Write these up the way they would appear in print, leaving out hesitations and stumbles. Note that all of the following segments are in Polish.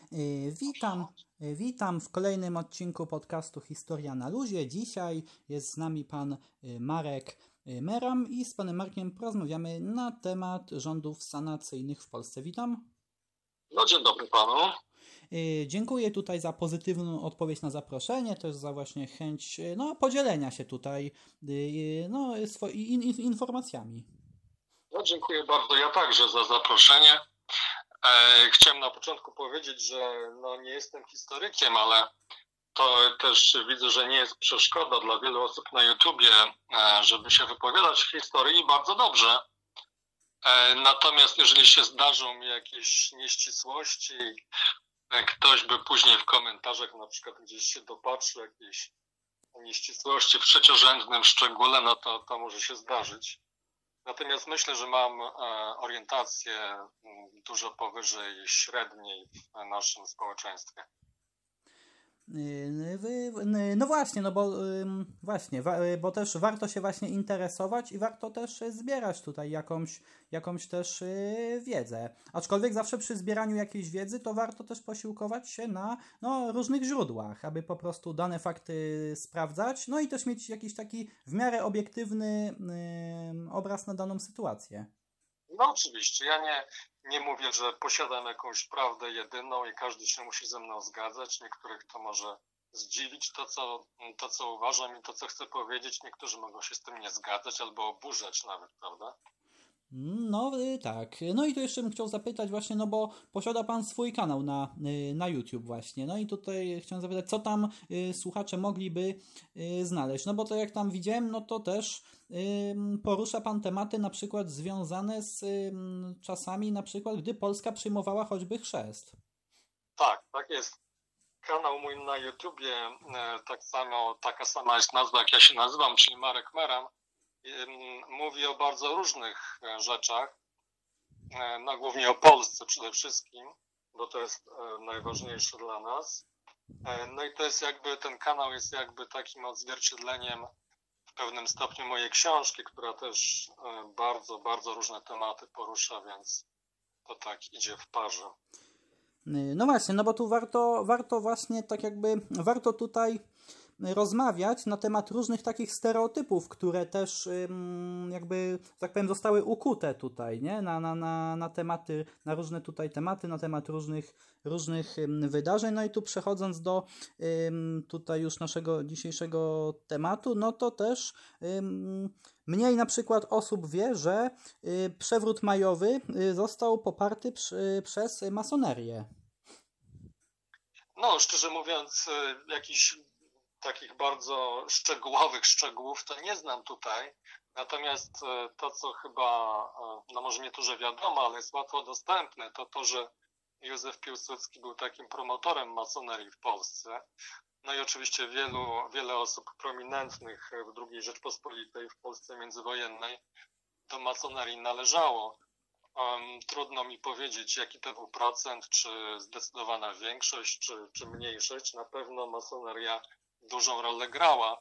Witam w kolejnym odcinku podcastu Historia na luzie. Dzisiaj jest z nami pan Marek Meram i z panem Markiem porozmawiamy na temat rządów sanacyjnych w Polsce. Witam. No, dzień dobry panu. Dziękuję tutaj za pozytywną odpowiedź na zaproszenie, też za właśnie chęć podzielenia się tutaj informacjami. No, dziękuję bardzo ja także za zaproszenie. Chciałem na początku powiedzieć, że nie jestem historykiem, ale to też widzę, że nie jest przeszkoda dla wielu osób na YouTubie, żeby się wypowiadać w historii, bardzo dobrze. Natomiast jeżeli się zdarzą mi jakieś nieścisłości, ktoś by później w komentarzach na przykład gdzieś się dopatrzy jakiejś nieścisłości w trzeciorzędnym szczególe, no to może się zdarzyć. Natomiast myślę, że mam orientację dużo powyżej średniej w naszym społeczeństwie. No właśnie, bo też warto się właśnie interesować i warto też zbierać tutaj jakąś też wiedzę. Aczkolwiek zawsze przy zbieraniu jakiejś wiedzy to warto też posiłkować się na różnych źródłach, aby po prostu dane fakty sprawdzać, no i też mieć jakiś taki w miarę obiektywny obraz na daną sytuację. No oczywiście, ja nie mówię, że posiadam jakąś prawdę jedyną i każdy się musi ze mną zgadzać. Niektórych to może zdziwić to, co uważam i to, co chcę powiedzieć. Niektórzy mogą się z tym nie zgadzać albo oburzać nawet, prawda? No tak. No i tu jeszcze bym chciał zapytać właśnie, bo posiada pan swój kanał na YouTube właśnie. No i tutaj chciałem zapytać, co tam słuchacze mogliby znaleźć. No bo to jak tam widziałem, no to też porusza pan tematy na przykład związane z czasami na przykład, gdy Polska przyjmowała choćby chrzest. Tak jest. Kanał mój na YouTubie, taka sama jest nazwa, jak ja się nazywam, czyli Marek Meram. Mówi o bardzo różnych rzeczach, głównie o Polsce przede wszystkim, bo to jest najważniejsze dla nas. No i to jest ten kanał jest takim odzwierciedleniem w pewnym stopniu mojej książki, która też bardzo, bardzo różne tematy porusza, więc to tak idzie w parze. No właśnie, bo tu warto właśnie warto tutaj rozmawiać na temat różnych takich stereotypów, które też tak powiem zostały ukute tutaj, nie? Na tematy, na różne tutaj tematy, na temat różnych wydarzeń. No i tu przechodząc do tutaj już naszego dzisiejszego tematu, no to też mniej na przykład osób wie, że przewrót majowy został poparty przez masonerię. No, szczerze mówiąc, jakichś takich bardzo szczegółowych szczegółów to nie znam tutaj. Natomiast to, co chyba, może nie to, że wiadomo, ale jest łatwo dostępne, to, że Józef Piłsudski był takim promotorem masonerii w Polsce. No i oczywiście wiele osób prominentnych w II Rzeczpospolitej, w Polsce międzywojennej, do masonerii należało. Trudno mi powiedzieć, jaki to był procent, czy zdecydowana większość, czy mniejszość. Na pewno masoneria dużą rolę grała.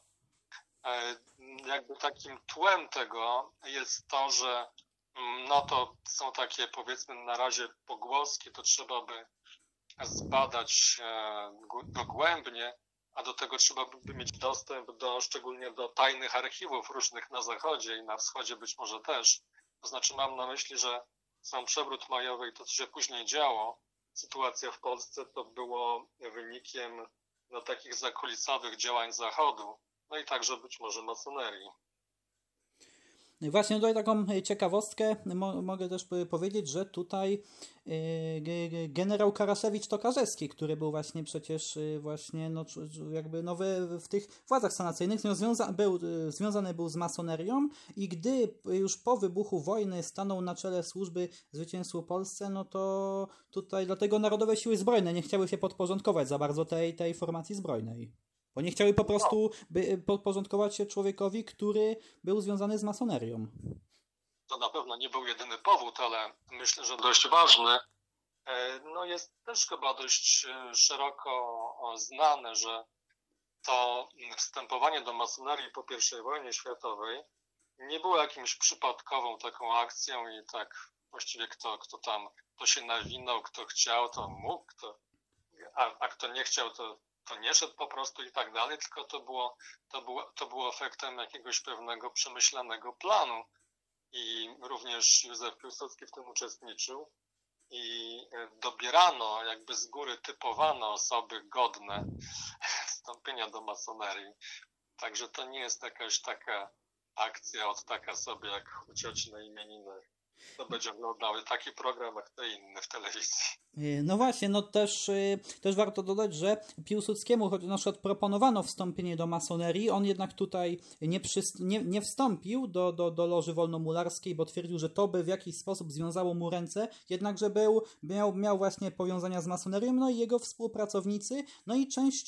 Takim tłem tego jest to, że to są takie, powiedzmy na razie pogłoski, to trzeba by zbadać dogłębnie, a do tego trzeba by mieć dostęp szczególnie do tajnych archiwów różnych na Zachodzie i na Wschodzie być może też. To znaczy mam na myśli, że sam przewrót majowy i to, co się później działo, sytuacja w Polsce to było wynikiem takich zakulisowych działań Zachodu, no i także być może masonerii. Właśnie tutaj taką ciekawostkę mogę też powiedzieć, że tutaj generał Karaszewicz-Tokarzewski, który był właśnie przecież właśnie w tych władzach sanacyjnych związany był z masonerią i gdy już po wybuchu wojny stanął na czele służby zwycięstwu Polsce, no to tutaj dlatego Narodowe Siły Zbrojne nie chciały się podporządkować za bardzo tej formacji zbrojnej. Bo nie chciały po prostu podporządkować się człowiekowi, który był związany z masonerią. To na pewno nie był jedyny powód, ale myślę, że dość ważny. Jest też chyba dość szeroko znane, że to wstępowanie do masonerii po I wojnie światowej nie było jakimś przypadkową taką akcją i tak właściwie kto się nawinął, kto chciał, to mógł, a kto nie chciał, to nie szedł po prostu i tak dalej, tylko to było efektem jakiegoś pewnego przemyślanego planu. I również Józef Piłsudski w tym uczestniczył i dobierano, jakby z góry typowano osoby godne wstąpienia do masonerii. Także to nie jest jakaś taka akcja od taka sobie jak u cioci na imieninach. To będzie oglądały taki program, jak to inny w telewizji. No właśnie, no też warto dodać, że Piłsudskiemu, choć na przykład proponowano wstąpienie do masonerii, on jednak tutaj nie wstąpił do Loży Wolnomularskiej, bo twierdził, że to by w jakiś sposób związało mu ręce, jednakże miał właśnie powiązania z masonerią, no i jego współpracownicy, no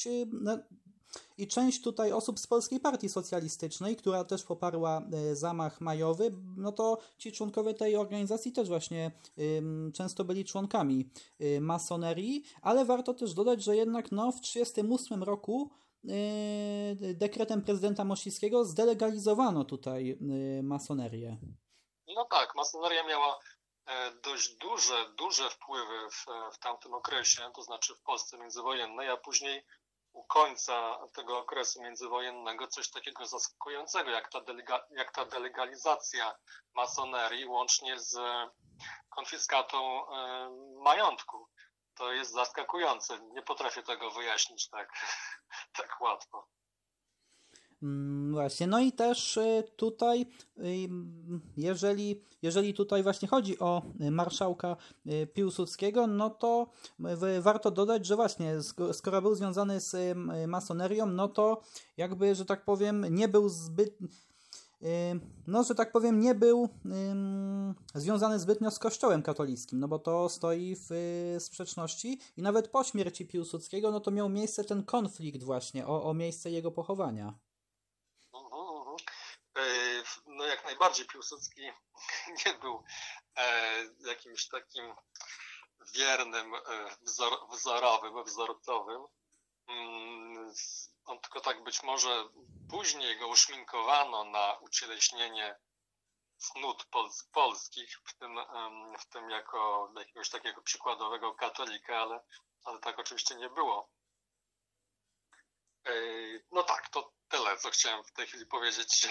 i część tutaj osób z Polskiej Partii Socjalistycznej, która też poparła zamach majowy, no to ci członkowie tej organizacji też właśnie często byli członkami masonerii, ale warto też dodać, że jednak no, w 1938 roku dekretem prezydenta Mościckiego zdelegalizowano tutaj masonerię. No tak, masoneria miała dość duże wpływy w tamtym okresie, to znaczy w Polsce międzywojennej, a później u końca tego okresu międzywojennego coś takiego zaskakującego, jak ta delegalizacja masonerii łącznie z konfiskatą majątku. To jest zaskakujące. Nie potrafię tego wyjaśnić tak łatwo. Właśnie, no i też tutaj, jeżeli tutaj właśnie chodzi o marszałka Piłsudskiego, no to warto dodać, że właśnie skoro był związany z masonerią, no to jakby, że tak powiem, nie był związany zbytnio z Kościołem katolickim, no bo to stoi w sprzeczności i nawet po śmierci Piłsudskiego, no to miał miejsce ten konflikt właśnie o miejsce jego pochowania. No jak najbardziej Piłsudski nie był jakimś takim wiernym, wzorcowym. On tylko tak być może później go uszminkowano na ucieleśnienie cnót polskich, w tym jako jakiegoś takiego przykładowego katolika, ale tak oczywiście nie było. No tak, to tyle, co chciałem w tej chwili powiedzieć.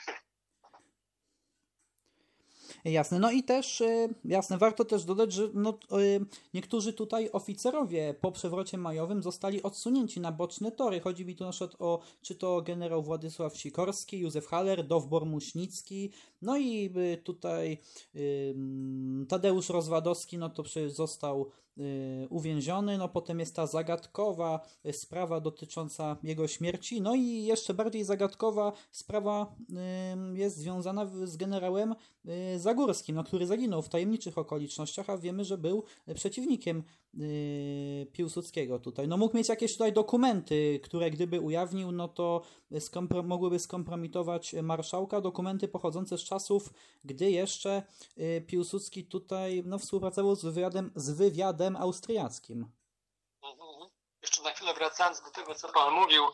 Jasne, no i też, warto też dodać, że niektórzy tutaj oficerowie po przewrocie majowym zostali odsunięci na boczne tory. Chodzi mi tu na przykład czy to generał Władysław Sikorski, Józef Haller, Dowbor Muśnicki, no i tutaj Tadeusz Rozwadowski, no to przecież został uwięziony, no potem jest ta zagadkowa sprawa dotycząca jego śmierci, no i jeszcze bardziej zagadkowa sprawa jest związana z generałem Zagórskim, no, który zaginął w tajemniczych okolicznościach, a wiemy, że był przeciwnikiem Piłsudskiego tutaj. No mógł mieć jakieś tutaj dokumenty, które gdyby ujawnił, no to mogłyby skompromitować marszałka, dokumenty pochodzące z czasów, gdy jeszcze Piłsudski tutaj współpracował z wywiadem austriackim. Jeszcze na chwilę wracając do tego, co Pan mówił,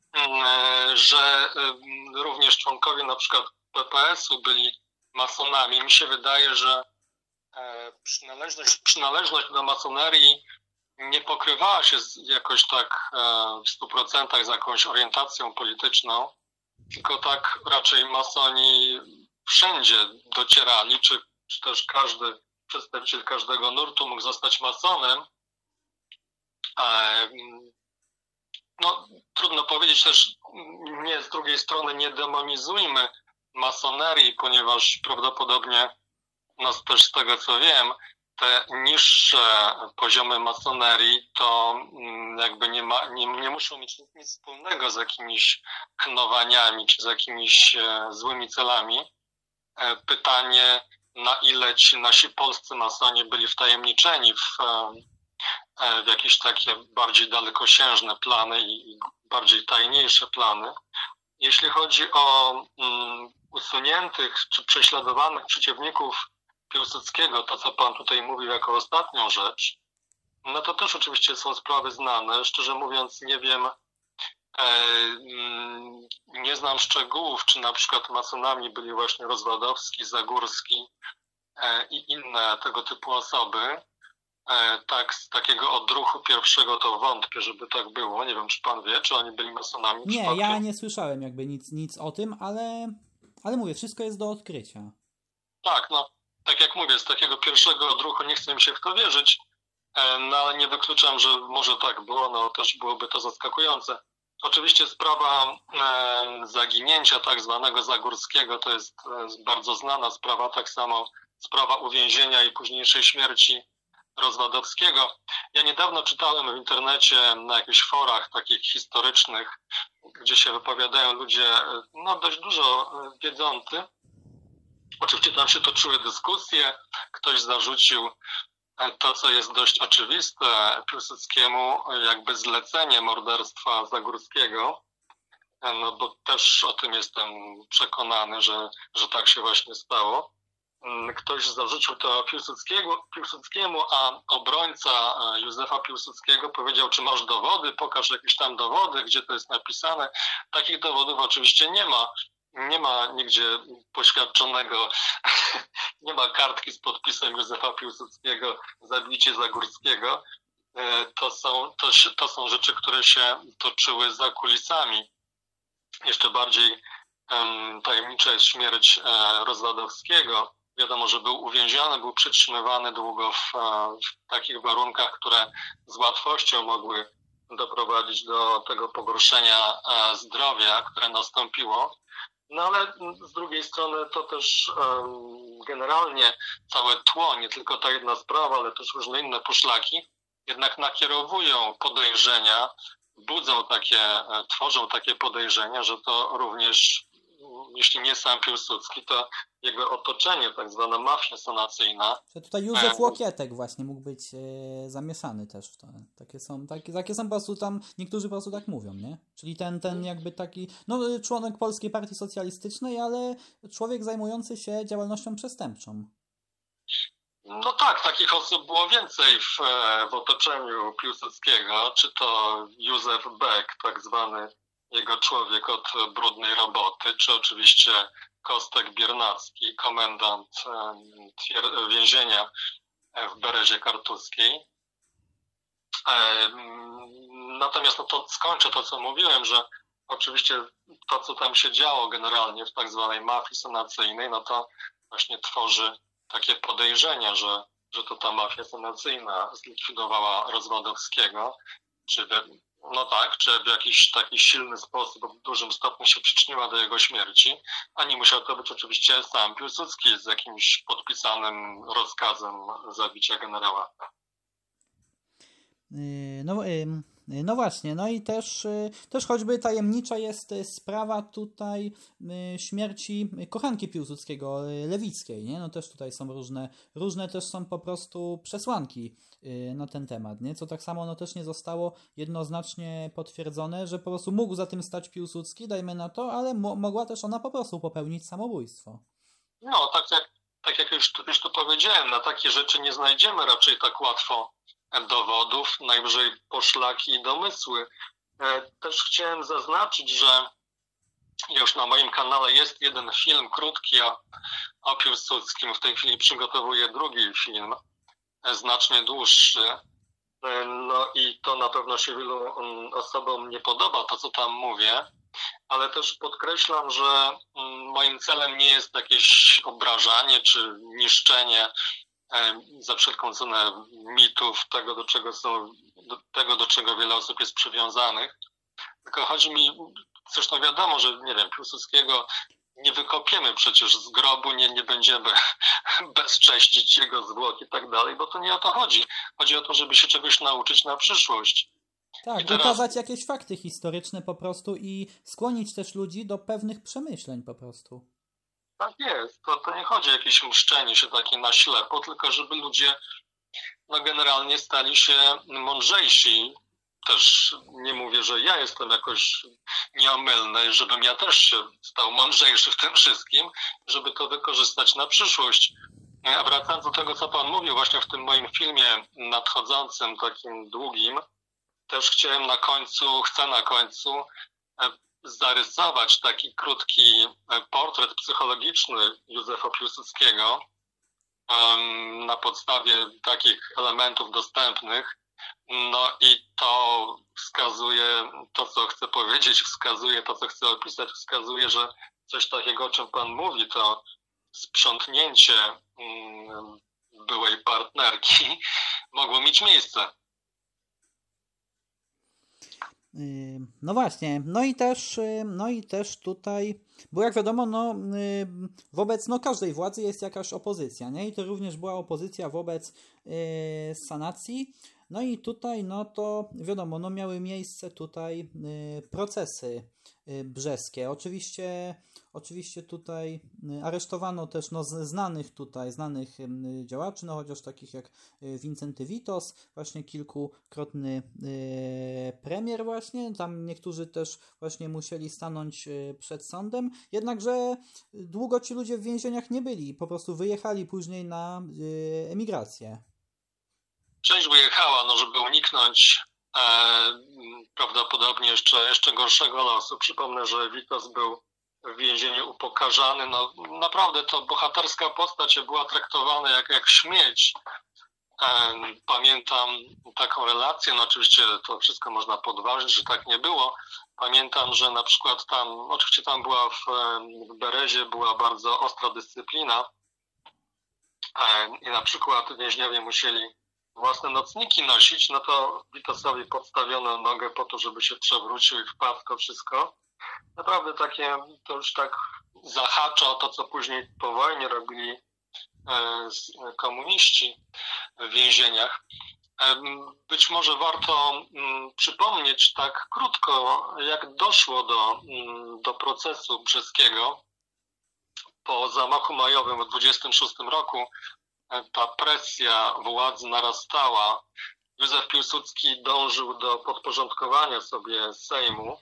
że również członkowie na przykład PPS-u byli masonami. Mi się wydaje, że przynależność do masonerii nie pokrywała się jakoś tak w 100% z jakąś orientacją polityczną, tylko tak raczej masoni wszędzie docierali, czy też każdy przedstawiciel każdego nurtu mógł zostać masonem. No, trudno powiedzieć też, z drugiej strony nie demonizujmy masonerii, ponieważ prawdopodobnie, też z tego co wiem, te niższe poziomy masonerii to jakby nie muszą mieć nic wspólnego z jakimiś knowaniami czy z jakimiś złymi celami. Pytanie, na ile ci nasi polscy masoni byli wtajemniczeni w jakieś takie bardziej dalekosiężne plany i bardziej tajniejsze plany. Jeśli chodzi o usuniętych czy prześladowanych przeciwników Piłsudskiego, to co Pan tutaj mówił jako ostatnią rzecz, no to też oczywiście są sprawy znane. Szczerze mówiąc nie wiem, nie znam szczegółów, czy na przykład masonami byli właśnie Rozwadowski, Zagórski i inne tego typu osoby. tak z takiego odruchu pierwszego to wątpię, żeby tak było. Nie wiem, czy pan wie, czy oni byli masonami? Nie, ja nie słyszałem jakby nic o tym, ale mówię, wszystko jest do odkrycia. Tak, no, tak jak mówię, z takiego pierwszego odruchu nie chcę mi się w to wierzyć, no ale nie wykluczam, że może tak było, no też byłoby to zaskakujące. Oczywiście sprawa zaginięcia tak zwanego Zagórskiego to jest bardzo znana sprawa, tak samo sprawa uwięzienia i późniejszej śmierci Rozwadowskiego. Ja niedawno czytałem w internecie na jakichś forach takich historycznych, gdzie się wypowiadają ludzie no dość dużo wiedzący. Oczywiście tam się toczyły dyskusje, ktoś zarzucił to, co jest dość oczywiste, Piłsudskiemu jakby zlecenie morderstwa Zagórskiego, no bo też o tym jestem przekonany, że tak się właśnie stało. Ktoś zarzucił to Piłsudskiemu, a obrońca Józefa Piłsudskiego powiedział, czy masz dowody, pokaż jakieś tam dowody, gdzie to jest napisane. Takich dowodów oczywiście nie ma. Nie ma nigdzie poświadczonego, nie ma kartki z podpisem Józefa Piłsudskiego, zabicie Zagórskiego. To są rzeczy, które się toczyły za kulisami. Jeszcze bardziej tajemnicza jest śmierć Rozwadowskiego. Wiadomo, że był uwięziony, był przetrzymywany długo w takich warunkach, które z łatwością mogły doprowadzić do tego pogorszenia zdrowia, które nastąpiło. No ale z drugiej strony to też generalnie całe tło, nie tylko ta jedna sprawa, ale też różne inne poszlaki, jednak nakierowują podejrzenia, tworzą takie podejrzenia, że to również, jeśli nie sam Piłsudski, to jego otoczenie, tak zwana mafia sanacyjna. Że tutaj Józef Łokietek właśnie mógł być zamieszany też w to. Takie są po prostu tam, niektórzy po prostu tak mówią, nie? Czyli ten jakby taki, no członek Polskiej Partii Socjalistycznej, ale człowiek zajmujący się działalnością przestępczą. No tak, takich osób było więcej w otoczeniu Piłsudskiego, czy to Józef Beck, tak zwany jego człowiek od brudnej roboty, czy oczywiście Kostek Biernacki, komendant więzienia w Berezie Kartuskiej. Natomiast no to skończę to, co mówiłem, że oczywiście to, co tam się działo generalnie w tak zwanej mafii sanacyjnej, no to właśnie tworzy takie podejrzenia, że to ta mafia sanacyjna zlikwidowała Rozwadowskiego, czy w jakiś taki silny sposób w dużym stopniu się przyczyniła do jego śmierci, a nie musiał to być oczywiście sam Piłsudski z jakimś podpisanym rozkazem zabicia generała. No właśnie, no i też choćby tajemnicza jest sprawa tutaj śmierci kochanki Piłsudskiego, Lewickiej, nie? No też tutaj są różne też są po prostu przesłanki na ten temat, nie? Co tak samo no też nie zostało jednoznacznie potwierdzone, że po prostu mógł za tym stać Piłsudski, dajmy na to, ale mogła też ona po prostu popełnić samobójstwo. No, tak jak już tu powiedziałem, na takie rzeczy nie znajdziemy raczej tak łatwo dowodów, najwyżej poszlaki i domysły. Też chciałem zaznaczyć, że już na moim kanale jest jeden film krótki o Piłsudskim. W tej chwili przygotowuję drugi film, znacznie dłuższy. No i to na pewno się wielu osobom nie podoba, to co tam mówię, ale też podkreślam, że moim celem nie jest jakieś obrażanie czy niszczenie za wszelką cenę mitów, tego do czego wiele osób jest przywiązanych. Tylko chodzi mi, zresztą wiadomo, że nie wiem, Piłsudskiego nie wykopiemy przecież z grobu, nie będziemy bezcześcić jego zwłok i tak dalej, bo to nie o to chodzi. Chodzi o to, żeby się czegoś nauczyć na przyszłość. Tak, ukazać jakieś fakty historyczne po prostu i skłonić też ludzi do pewnych przemyśleń po prostu. Tak jest. To nie chodzi o jakieś mszczenie się takie na ślepo, tylko żeby ludzie no generalnie stali się mądrzejsi. Też nie mówię, że ja jestem jakoś nieomylny, żebym ja też się stał mądrzejszy w tym wszystkim, żeby to wykorzystać na przyszłość. A wracając do tego, co Pan mówił właśnie w tym moim filmie nadchodzącym, takim długim, też chcę na końcu zarysować taki krótki portret psychologiczny Józefa Piłsudskiego, na podstawie takich elementów dostępnych. No i to wskazuje, to co chcę powiedzieć, wskazuje to, co chcę opisać, wskazuje, że coś takiego, o czym Pan mówi, to sprzątnięcie byłej partnerki mogło mieć miejsce. No właśnie, no i też tutaj, bo jak wiadomo, wobec każdej władzy jest jakaś opozycja, nie? I to również była opozycja wobec sanacji. No i tutaj, to wiadomo, miały miejsce tutaj procesy brzeskie. Oczywiście tutaj aresztowano też znanych działaczy, chociaż takich jak Wincenty Witos, właśnie kilkukrotny premier właśnie, tam niektórzy też właśnie musieli stanąć przed sądem, jednakże długo ci ludzie w więzieniach nie byli, po prostu wyjechali później na emigrację. Część wyjechała, żeby uniknąć prawdopodobnie jeszcze gorszego losu. Przypomnę, że Witos był w więzieniu upokarzany. Naprawdę to bohaterska postać, była traktowana jak śmieć. Pamiętam taką relację, oczywiście to wszystko można podważyć, że tak nie było. Pamiętam, że na przykład oczywiście tam była w Berezie była bardzo ostra dyscyplina i na przykład więźniowie musieli własne nocniki nosić, to Witosowi podstawiono nogę po to, żeby się przewrócił i wpadł to wszystko. Naprawdę takie, to już tak zahacza o to, co później po wojnie robili komuniści w więzieniach. Być może warto przypomnieć tak krótko, jak doszło do procesu brzeskiego. Po zamachu majowym w 1926 roku ta presja władzy narastała. Józef Piłsudski dążył do podporządkowania sobie Sejmu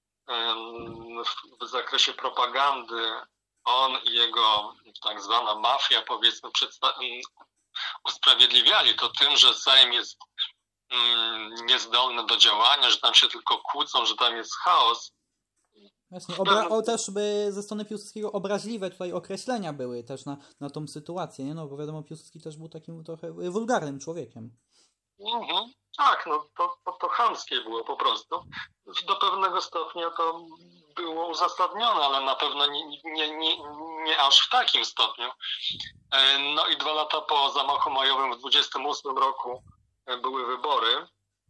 w zakresie propagandy. On i jego tak zwana mafia, powiedzmy, usprawiedliwiali to tym, że Sejm jest niezdolny do działania, że tam się tylko kłócą, że tam jest chaos. Właśnie, też by ze strony Piłsudskiego obraźliwe tutaj określenia były też na tą sytuację, nie? Bo wiadomo, Piłsudski też był takim trochę wulgarnym człowiekiem. Tak, to chamskie było po prostu. Do pewnego stopnia to było uzasadnione, ale na pewno nie aż w takim stopniu. I 2 lata po zamachu majowym w 1928 roku były wybory.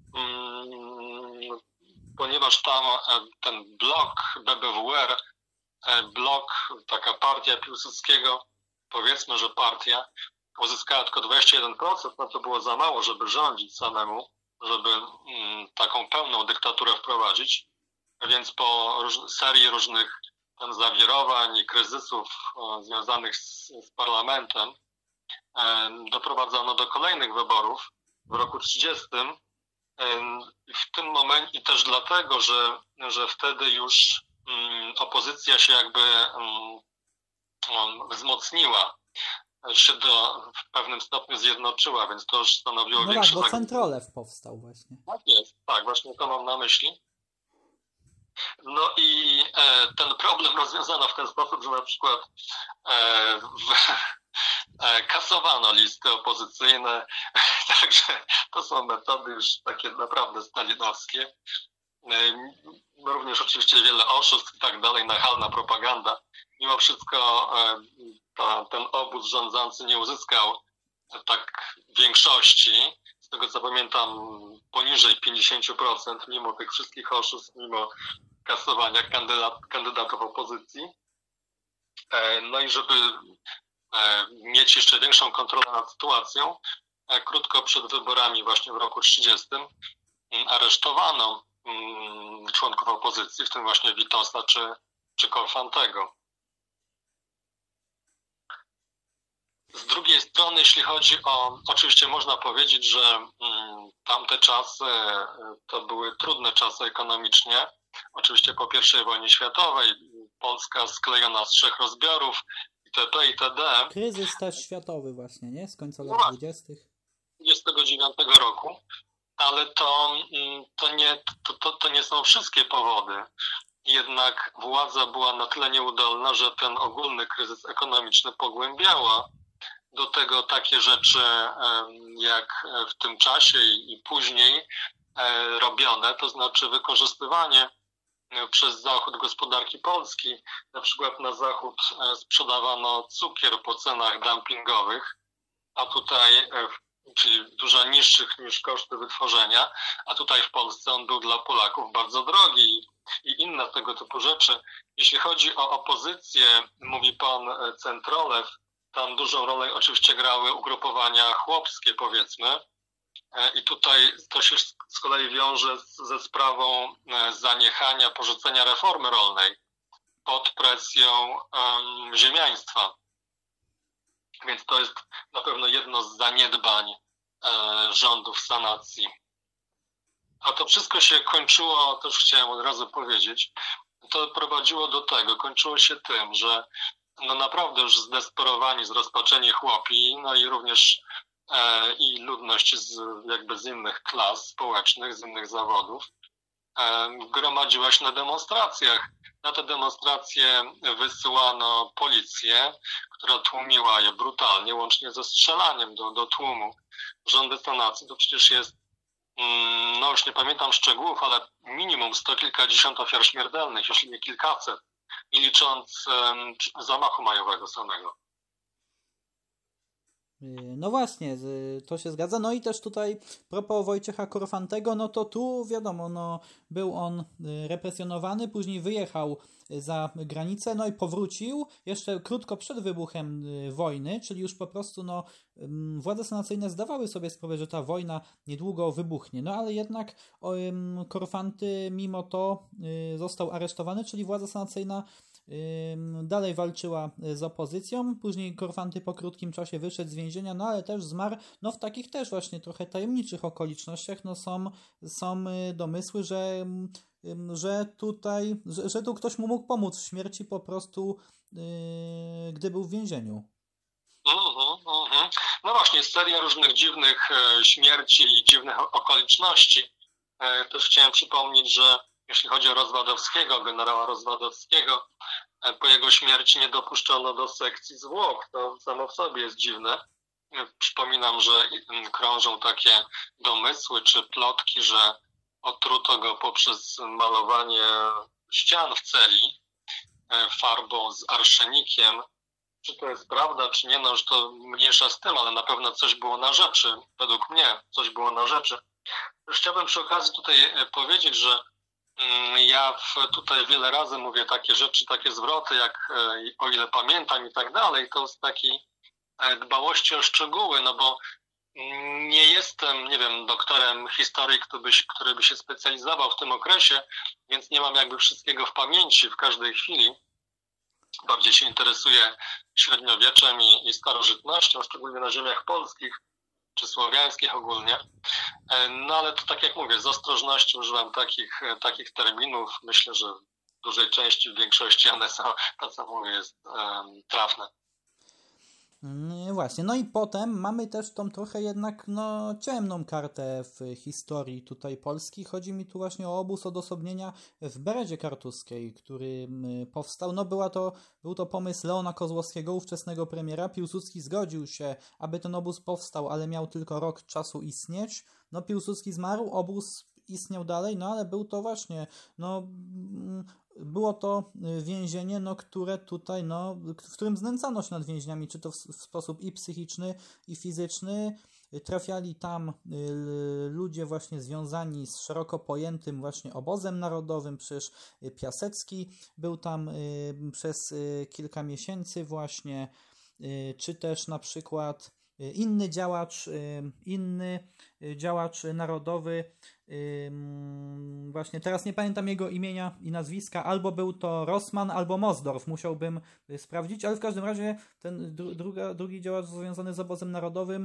Ponieważ tam ten blok BBWR, taka partia Piłsudskiego, powiedzmy, że partia, uzyskała tylko 21%, to było za mało, żeby rządzić samemu, żeby taką pełną dyktaturę wprowadzić. Więc po serii różnych zawirowań i kryzysów związanych z parlamentem doprowadzono do kolejnych wyborów w roku 1930. W tym momencie i też dlatego, że wtedy już opozycja się jakby wzmocniła, się w pewnym stopniu zjednoczyła, więc to już stanowiło większe zagrożenie. Bo Centrolew powstał właśnie. Tak jest, tak, właśnie to mam na myśli. I ten problem rozwiązano w ten sposób, że na przykład kasowano listy opozycyjne, także to są metody już takie naprawdę stalinowskie. Również oczywiście wiele oszustw i tak dalej, nachalna propaganda. Mimo wszystko ten obóz rządzący nie uzyskał tak większości, z tego co pamiętam poniżej 50%, mimo tych wszystkich oszustw, mimo kasowania kandydatów opozycji. I żeby mieć jeszcze większą kontrolę nad sytuacją, krótko przed wyborami właśnie w roku 1930 aresztowano członków opozycji, w tym właśnie Witosa czy Korfantego. Z drugiej strony, jeśli chodzi oczywiście można powiedzieć, że tamte czasy to były trudne czasy ekonomicznie. Oczywiście po I wojnie światowej Polska sklejona z 3 rozbiorów, itp. itd. Kryzys też światowy właśnie, nie? Z końca lat 20. 29 roku. Ale to nie są wszystkie powody. Jednak władza była na tyle nieudolna, że ten ogólny kryzys ekonomiczny pogłębiała. do tego takie rzeczy jak w tym czasie i później robione, to znaczy wykorzystywanie przez Zachód gospodarki Polski. Na przykład na Zachód sprzedawano cukier po cenach dumpingowych, a tutaj, czyli dużo niższych niż koszty wytworzenia, a tutaj w Polsce on był dla Polaków bardzo drogi i inne tego typu rzeczy. Jeśli chodzi o opozycję, mówi pan Centrolew, tam dużą rolę oczywiście grały ugrupowania chłopskie, powiedzmy. I tutaj to się z kolei wiąże ze sprawą zaniechania, porzucenia reformy rolnej pod presją ziemiaństwa. Więc to jest na pewno jedno z zaniedbań rządów sanacji. A to wszystko się kończyło, też chciałem od razu powiedzieć, to prowadziło do tego, kończyło się tym, że no naprawdę już zdesperowani, zrozpaczeni chłopi, no i również i ludność z innych klas społecznych, z innych zawodów, gromadziła się na demonstracjach. Na te demonstracje wysyłano policję, która tłumiła je brutalnie, łącznie ze strzelaniem do tłumu. Rządy sanacji to przecież jest, no już nie pamiętam szczegółów, ale minimum 100 kilkadziesiąt ofiar śmiertelnych, jeśli nie kilkaset, nie licząc zamachu majowego samego. No właśnie, to się zgadza. No i też tutaj propos Wojciecha Korfantego, no to tu wiadomo, no był on represjonowany, później wyjechał za granicę, no i powrócił jeszcze krótko przed wybuchem wojny, czyli już po prostu no władze sanacyjne zdawały sobie sprawę, że ta wojna niedługo wybuchnie, no ale jednak Korfanty mimo to został aresztowany, czyli władza sanacyjna dalej walczyła z opozycją, później Korfanty po krótkim czasie wyszedł z więzienia, no ale też zmarł, no w takich też właśnie trochę tajemniczych okolicznościach, no są domysły, że tu ktoś mu mógł pomóc w śmierci po prostu, gdy był w więzieniu. No właśnie, seria różnych dziwnych śmierci i dziwnych okoliczności. Też chciałem przypomnieć, że jeśli chodzi o Rozwadowskiego, generała Rozwadowskiego, po jego śmierci nie dopuszczono do sekcji zwłok. To samo w sobie jest dziwne. Przypominam, że krążą takie domysły czy plotki, że otruto go poprzez malowanie ścian w celi farbą z arszenikiem. Czy to jest prawda, czy nie, no już to mniejsza z tym, ale na pewno coś było na rzeczy. Według mnie coś było na rzeczy. Już chciałbym przy okazji tutaj powiedzieć, że ja tutaj wiele razy mówię takie rzeczy, takie zwroty, jak o ile pamiętam i tak dalej, to z takiej dbałości o szczegóły, no bo nie jestem, nie wiem, doktorem historii, który by się specjalizował w tym okresie, więc nie mam jakby wszystkiego w pamięci w każdej chwili. Bardziej się interesuję średniowieczem i starożytnością, szczególnie na ziemiach polskich czy słowiańskich ogólnie. No ale to tak jak mówię, z ostrożnością używam takich terminów. Myślę, że w dużej części, w większości one są, to co mówię, jest trafne. Właśnie, no i potem mamy też tą trochę jednak no ciemną kartę w historii tutaj Polski. Chodzi mi tu właśnie o obóz odosobnienia w Beredzie Kartuskiej, który powstał. No był to pomysł Leona Kozłowskiego, ówczesnego premiera. Piłsudski zgodził się, aby ten obóz powstał, ale miał tylko rok czasu istnieć. No Piłsudski zmarł, obóz istniał dalej, no ale był to właśnie, no było to więzienie, no, które tutaj, no, w którym znęcano się nad więźniami, czy to w sposób i psychiczny, i fizyczny. Trafiali tam ludzie właśnie związani z szeroko pojętym właśnie obozem narodowym, przecież Piasecki był tam przez kilka miesięcy właśnie, czy też na przykład inny działacz narodowy, właśnie teraz nie pamiętam jego imienia i nazwiska, albo był to Rossmann, albo Mosdorf, musiałbym sprawdzić, ale w każdym razie ten drugi działacz związany z obozem narodowym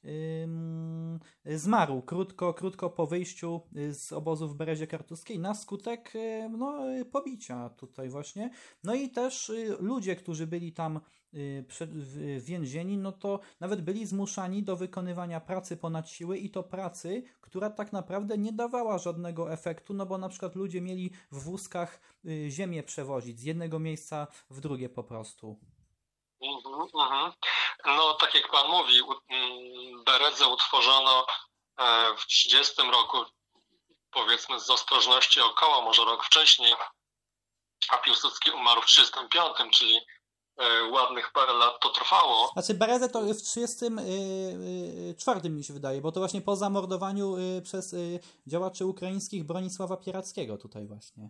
zmarł krótko po wyjściu z obozu w Berezie Kartuskiej na skutek pobicia tutaj właśnie. No i też ludzie, którzy byli tam więzieni, no to nawet byli zmuszani do wykonywania pracy ponad siły i to pracy, która tak naprawdę nie dawała żadnego efektu, no bo na przykład ludzie mieli w wózkach ziemię przewozić z jednego miejsca w drugie po prostu. No, tak jak pan mówi, Berezę utworzono w 30 roku, powiedzmy z ostrożności około, może rok wcześniej, a Piłsudski umarł w 35, czyli ładnych parę lat to trwało. Znaczy Berezę to w 34 mi się wydaje, bo to właśnie po zamordowaniu przez działaczy ukraińskich Bronisława Pierackiego tutaj właśnie.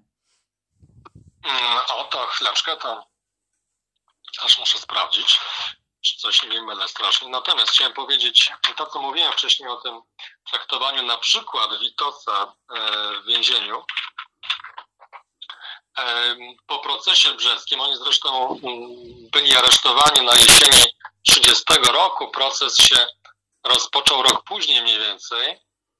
O, to chwileczkę, to aż muszę sprawdzić, czy coś nie mylę strasznie. Natomiast chciałem powiedzieć to, co mówiłem wcześniej o tym traktowaniu na przykład Witosa w więzieniu. Po procesie brzeskim, oni zresztą byli aresztowani na jesieni 30 roku, proces się rozpoczął rok później mniej więcej,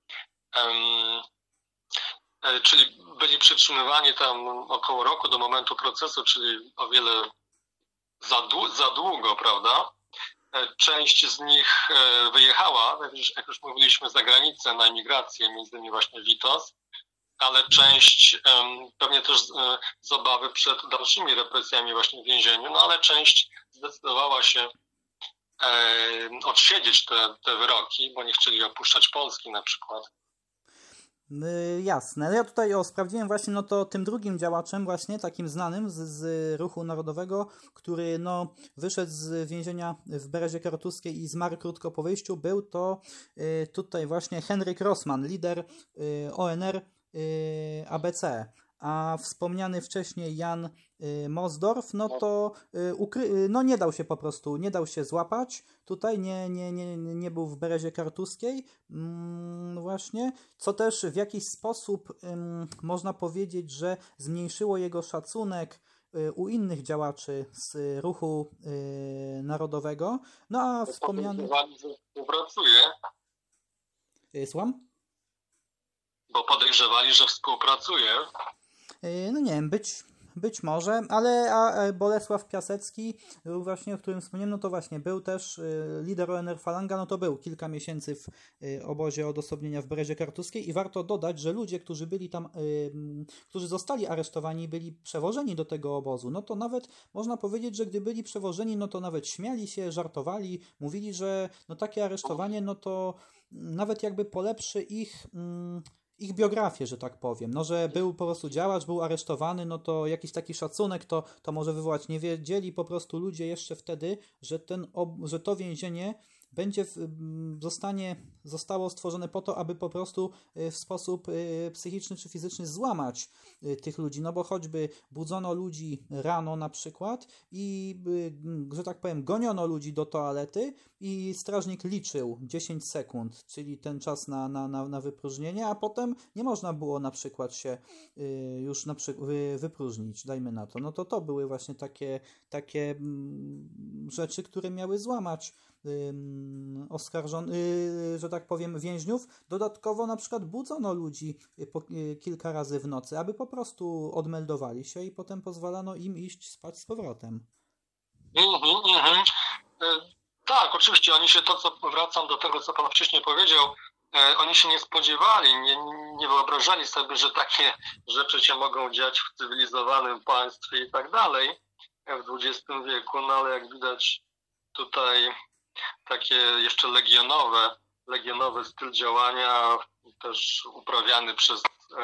czyli byli przytrzymywani tam około roku do momentu procesu, czyli o wiele za długo, prawda? Część z nich wyjechała, jak już mówiliśmy, za granicę na emigrację, między innymi właśnie Witos, ale część pewnie też z obawy przed dalszymi represjami właśnie w więzieniu, no ale część zdecydowała się odsiedzieć te wyroki, bo nie chcieli opuszczać Polski na przykład. Jasne. Ja tutaj sprawdziłem właśnie, no to tym drugim działaczem właśnie, takim znanym z Ruchu Narodowego, który no wyszedł z więzienia w Berezie Kartuskiej i zmarł krótko po wyjściu, był to tutaj właśnie Henryk Rossmann, lider ONR ABC, a wspomniany wcześniej Jan Mosdorf, no to no nie dał się po prostu, nie dał się złapać, tutaj nie był w Berezie Kartuskiej, właśnie, co też w jakiś sposób można powiedzieć, że zmniejszyło jego szacunek u innych działaczy z Ruchu Narodowego, no a wspomniany... Współpracuje. Słucham? Bo podejrzewali, że współpracuje. No nie wiem, być może, ale Bolesław Piasecki, właśnie o którym wspomniałem, no to właśnie był też lider ONR Falanga, no to był kilka miesięcy w obozie odosobnienia w Berezie Kartuskiej i warto dodać, że ludzie, którzy byli tam, którzy zostali aresztowani, byli przewożeni do tego obozu, no to nawet można powiedzieć, że gdy byli przewożeni, no to nawet śmiali się, żartowali, mówili, że no takie aresztowanie, no to nawet jakby polepszy ich biografię, że tak powiem, no że był po prostu działacz, był aresztowany, no to jakiś taki szacunek to może wywołać. Nie wiedzieli po prostu ludzie jeszcze wtedy, że to więzienie zostało stworzone po to, aby po prostu w sposób psychiczny czy fizyczny złamać tych ludzi, no bo choćby budzono ludzi rano na przykład i, że tak powiem, goniono ludzi do toalety i strażnik liczył 10 sekund, czyli ten czas na wypróżnienie, a potem nie można było na przykład się już wypróżnić, dajmy na to. No to były właśnie takie rzeczy, które miały złamać że tak powiem, więźniów. Dodatkowo na przykład budzono ludzi kilka razy w nocy, aby po prostu odmeldowali się i potem pozwalano im iść spać z powrotem. Tak, oczywiście oni się, wracam do tego, co pan wcześniej powiedział, oni się nie spodziewali, nie wyobrażali sobie, że takie rzeczy się mogą dziać w cywilizowanym państwie i tak dalej w XX wieku, no ale jak widać tutaj takie jeszcze legionowy styl działania, też uprawiany przez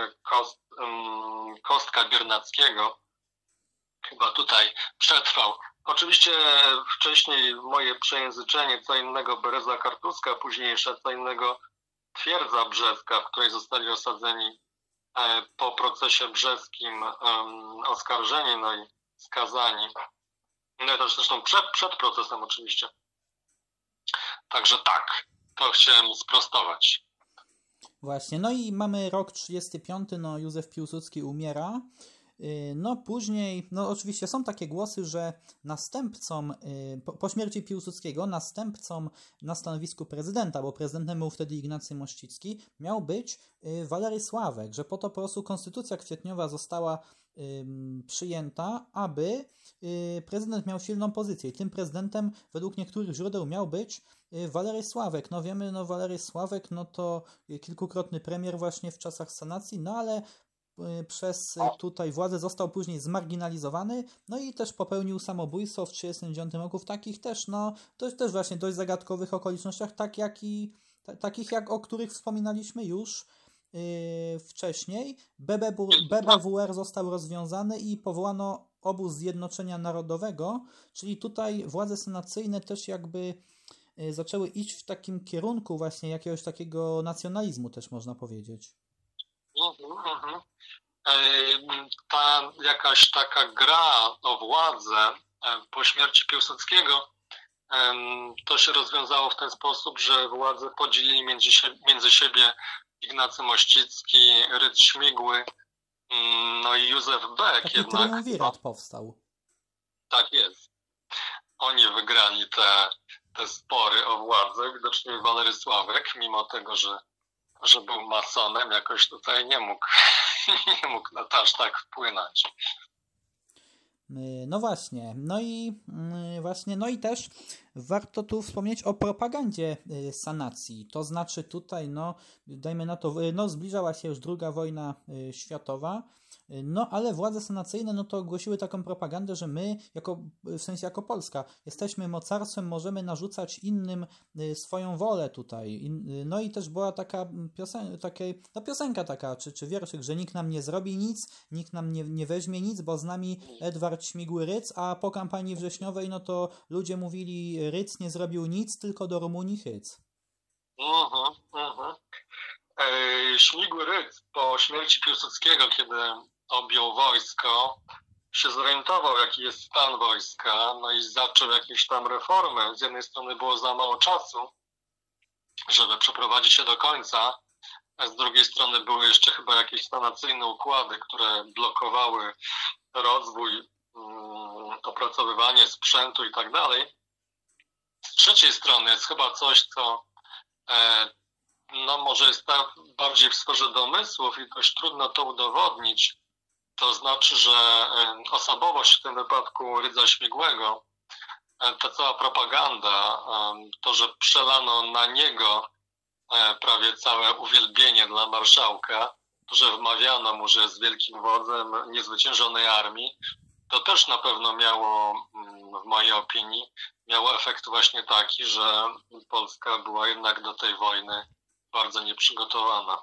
Kostka Biernackiego, chyba tutaj przetrwał. Oczywiście wcześniej moje przejęzyczenie, co innego Bereza Kartuska, późniejsze co innego Twierdza Brzeska, w której zostali osadzeni po procesie brzeskim oskarżeni, no i skazani. No i też zresztą przed procesem oczywiście. Także tak, to chciałem sprostować. Właśnie, no i mamy rok 35, no Józef Piłsudski umiera. No później, no oczywiście są takie głosy, że następcą, po śmierci Piłsudskiego, następcą na stanowisku prezydenta, bo prezydentem był wtedy Ignacy Mościcki, miał być Walery Sławek, że po to po prostu konstytucja kwietniowa została przyjęta, aby prezydent miał silną pozycję i tym prezydentem według niektórych źródeł miał być Walery Sławek. No wiemy, no Walery Sławek, no to kilkukrotny premier właśnie w czasach sanacji, no ale przez tutaj władzę został później zmarginalizowany, no i też popełnił samobójstwo w 1939 roku w takich też, no, to też właśnie dość zagadkowych okolicznościach, takich jak o których wspominaliśmy już wcześniej. BBWR został rozwiązany i powołano Obóz Zjednoczenia Narodowego, czyli tutaj władze sanacyjne też jakby zaczęły iść w takim kierunku właśnie jakiegoś takiego nacjonalizmu też można powiedzieć. Ta jakaś taka gra o władzę po śmierci Piłsudskiego to się rozwiązało w ten sposób, że władzę podzielili między siebie Ignacy Mościcki, Rydz Śmigły, no i Józef Beck. Taki triumvirat powstał. Tak jest. Oni wygrali te spory o władzę. Widocznie Walery Sławek, mimo tego, że był masonem, jakoś tutaj nie mógł na to aż tak wpłynąć. No właśnie, no i też warto tu wspomnieć o propagandzie sanacji, to znaczy tutaj, no dajmy na to, no zbliżała się już II wojna światowa, no ale władze sanacyjne no to ogłosiły taką propagandę, że my, jako Polska, jesteśmy mocarstwem, możemy narzucać innym swoją wolę tutaj. No i też była taka piosenka taka, czy wierszyk, że nikt nam nie zrobi nic, nikt nam nie weźmie nic, bo z nami Edward Śmigły-Rydz, a po kampanii wrześniowej no to ludzie mówili, Rydz nie zrobił nic, tylko do Rumunii hyc. Śmigły-Rydz po śmierci Piłsudskiego, kiedy objął wojsko, się zorientował, jaki jest stan wojska, no i zaczął jakieś tam reformy. Z jednej strony było za mało czasu, żeby przeprowadzić się do końca, a z drugiej strony były jeszcze chyba jakieś sanacyjne układy, które blokowały rozwój, opracowywanie sprzętu i tak dalej. Z trzeciej strony jest chyba coś, co no może jest tak bardziej w sferze domysłów i dość trudno to udowodnić. To znaczy, że osobowość w tym wypadku Rydza Śmigłego, ta cała propaganda, to, że przelano na niego prawie całe uwielbienie dla marszałka, to, że wmawiano mu, że jest wielkim wodzem niezwyciężonej armii, to też na pewno miało, w mojej opinii, miało efekt właśnie taki, że Polska była jednak do tej wojny bardzo nieprzygotowana.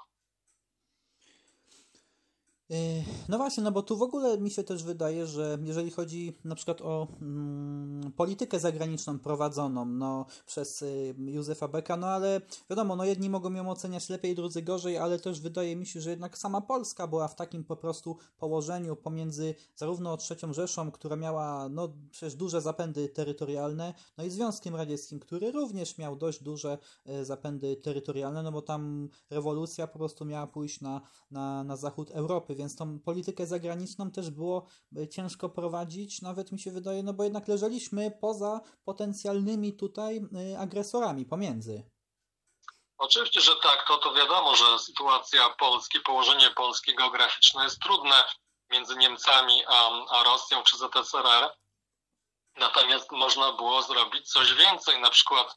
No właśnie, no bo tu w ogóle mi się też wydaje, że jeżeli chodzi na przykład o politykę zagraniczną prowadzoną no, przez Józefa Becka, no ale wiadomo, no jedni mogą ją oceniać lepiej, drudzy gorzej, ale też wydaje mi się, że jednak sama Polska była w takim po prostu położeniu pomiędzy zarówno III Rzeszą, która miała no przecież duże zapędy terytorialne, no i Związkiem Radzieckim, który również miał dość duże zapędy terytorialne, no bo tam rewolucja po prostu miała pójść na zachód Europy, więc tą politykę zagraniczną też było ciężko prowadzić, nawet mi się wydaje, no bo jednak leżeliśmy poza potencjalnymi tutaj agresorami pomiędzy. Oczywiście, że tak, to wiadomo, że sytuacja Polski, położenie Polski geograficzne jest trudne między Niemcami a Rosją czy ZSRR, natomiast można było zrobić coś więcej, na przykład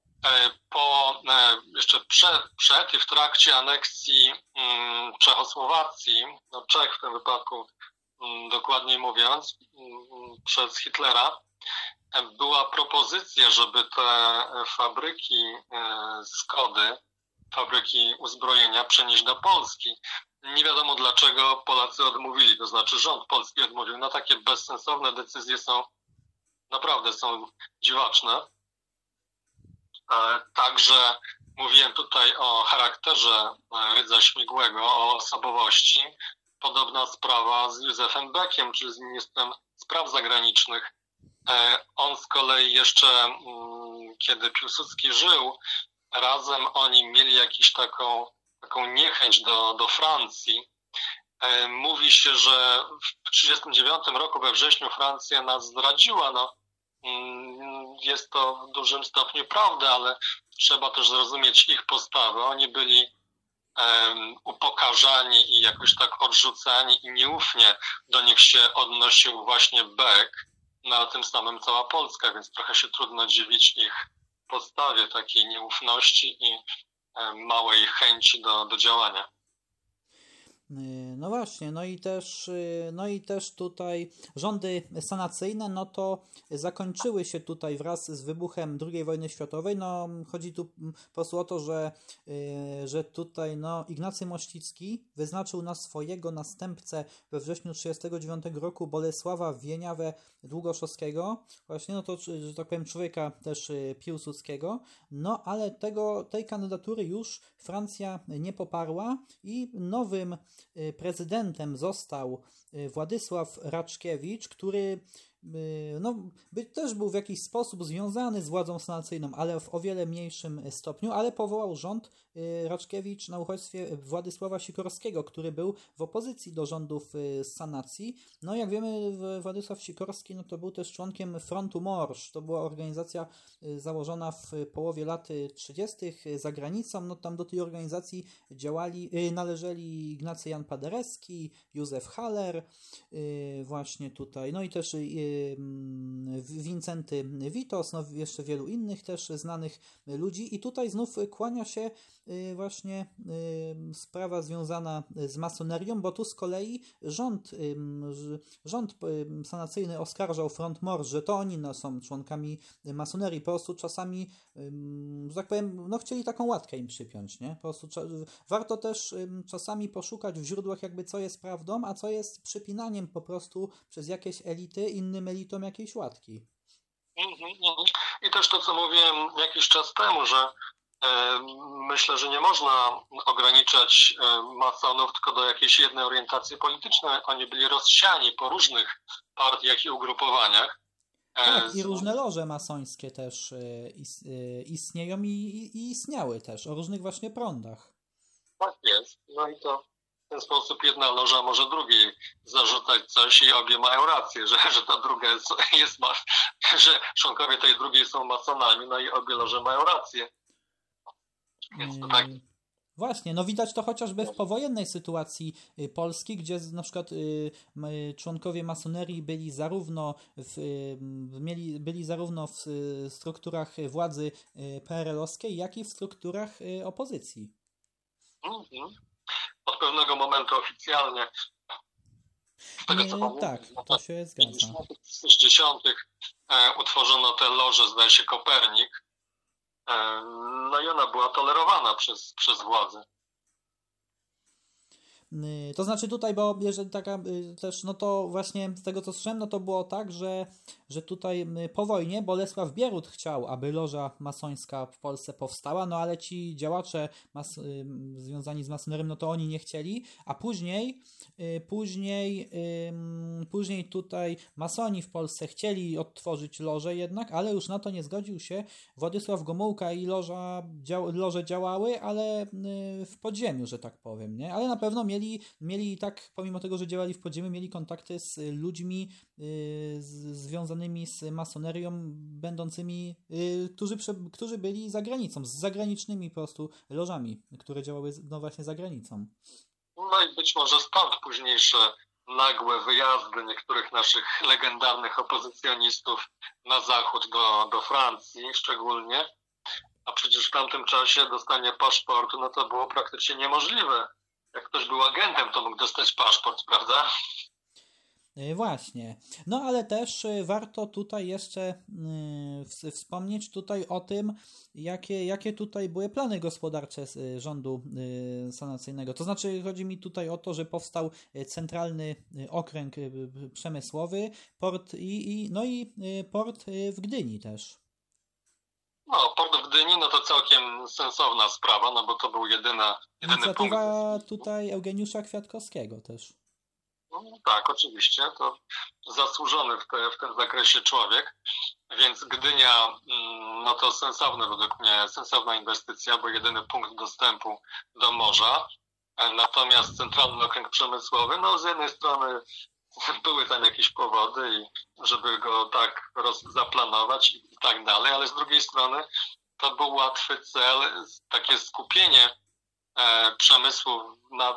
jeszcze przed i w trakcie aneksji Czechosłowacji, no Czech w tym wypadku dokładniej mówiąc, przez Hitlera, była propozycja, żeby te fabryki Skody, fabryki uzbrojenia przenieść do Polski. Nie wiadomo dlaczego Polacy odmówili, to znaczy rząd polski odmówił. No takie bezsensowne decyzje naprawdę są dziwaczne. Także mówiłem tutaj o charakterze Rydza Śmigłego, o osobowości. Podobna sprawa z Józefem Beckiem, czyli z ministrem spraw zagranicznych. On z kolei jeszcze, kiedy Piłsudski żył, razem oni mieli jakąś taką niechęć do Francji. Mówi się, że w 1939 roku we wrześniu Francja nas zdradziła. No, jest to w dużym stopniu prawda, ale trzeba też zrozumieć ich postawę. Oni byli upokarzani i jakoś tak odrzucani i nieufnie do nich się odnosił właśnie Beck, no a tym samym cała Polska, więc trochę się trudno dziwić ich postawie takiej nieufności i małej chęci do działania. No właśnie, no i też tutaj rządy sanacyjne, no to zakończyły się tutaj wraz z wybuchem II wojny światowej. No chodzi tu po prostu o to, że tutaj no, Ignacy Mościcki wyznaczył na swojego następcę we wrześniu 1939 roku Bolesława Wieniawę Długoszowskiego, właśnie no to, że tak powiem, człowieka też piłsudskiego, no ale tej kandydatury już Francja nie poparła i nowym prezydentem został Władysław Raczkiewicz, który no, też był w jakiś sposób związany z władzą sanacyjną, ale w o wiele mniejszym stopniu, ale powołał rząd Raczkiewicz na uchodźstwie Władysława Sikorskiego, który był w opozycji do rządów sanacji. No jak wiemy, Władysław Sikorski no, to był też członkiem Frontu Morsz. To była organizacja założona w połowie lat 30. za granicą. No tam do tej organizacji należeli Ignacy Jan Paderewski, Józef Haller, właśnie tutaj, no i też Wincenty Witos, no jeszcze wielu innych też znanych ludzi i tutaj znów kłania się właśnie sprawa związana z masonerią, bo tu z kolei rząd sanacyjny oskarżał Front Morsz, że to oni no, są członkami masonerii, po prostu czasami, że tak powiem, no chcieli taką łatkę im przypiąć, nie? Po prostu warto też czasami poszukać w źródłach jakby co jest prawdą, a co jest przypinaniem po prostu przez jakieś elity innym elitom jakiejś łatki. I też to, co mówiłem jakiś czas temu, że myślę, że nie można ograniczać masonów tylko do jakiejś jednej orientacji politycznej. Oni byli rozsiani po różnych partiach i ugrupowaniach. Tak, i różne loże masońskie też istnieją i istniały też, o różnych właśnie prądach. Tak jest. No i to w ten sposób jedna loża może drugiej zarzucać coś i obie mają rację, że ta druga że członkowie tej drugiej są masonami, no i obie loże mają rację. Więc to tak. Właśnie, no widać to chociażby w powojennej sytuacji Polski, gdzie na przykład członkowie masonerii byli zarówno w strukturach władzy PRL-owskiej, jak i w strukturach opozycji. Od pewnego momentu oficjalnie. Z tego, co tak, to się zgadza. W latach 60. utworzono tę lożę, zdaje się, Kopernik. No i ona była tolerowana przez władzę. To znaczy tutaj, bo jeżeli taka też, no to właśnie z tego co słyszałem, no to było tak, że tutaj po wojnie Bolesław Bierut chciał, aby loża masońska w Polsce powstała, no ale ci działacze związani z masonerią, no to oni nie chcieli, a później tutaj masoni w Polsce chcieli odtworzyć lożę jednak, ale już na to nie zgodził się Władysław Gomułka i loże działały, ale w podziemiu, że tak powiem, nie? Ale na pewno mieli tak, pomimo tego, że działali w podziemiu, mieli kontakty z ludźmi związanymi z masonerią, będącymi, którzy byli za granicą, z zagranicznymi po prostu lożami, które działały no właśnie za granicą. No i być może stąd późniejsze nagłe wyjazdy niektórych naszych legendarnych opozycjonistów na zachód do Francji szczególnie, a przecież w tamtym czasie dostanie paszportu, no to było praktycznie niemożliwe. Jak ktoś był agentem, to mógł dostać paszport, prawda? Właśnie. No ale też warto tutaj jeszcze wspomnieć tutaj o tym, jakie tutaj były plany gospodarcze rządu sanacyjnego. To znaczy chodzi mi tutaj o to, że powstał centralny okręg przemysłowy, port port w Gdyni też. No, port w Gdyni, no to całkiem sensowna sprawa, no bo to był jedyny Inicjatywa punkt. tutaj Eugeniusza Kwiatkowskiego też. No, tak, oczywiście, to zasłużony w tym zakresie człowiek, więc Gdynia, no to sensowna inwestycja, bo jedyny punkt dostępu do morza, natomiast centralny okręg przemysłowy, no z jednej strony były tam jakieś powody, i żeby go tak zaplanować i tak dalej, ale z drugiej strony to był łatwy cel, takie skupienie przemysłu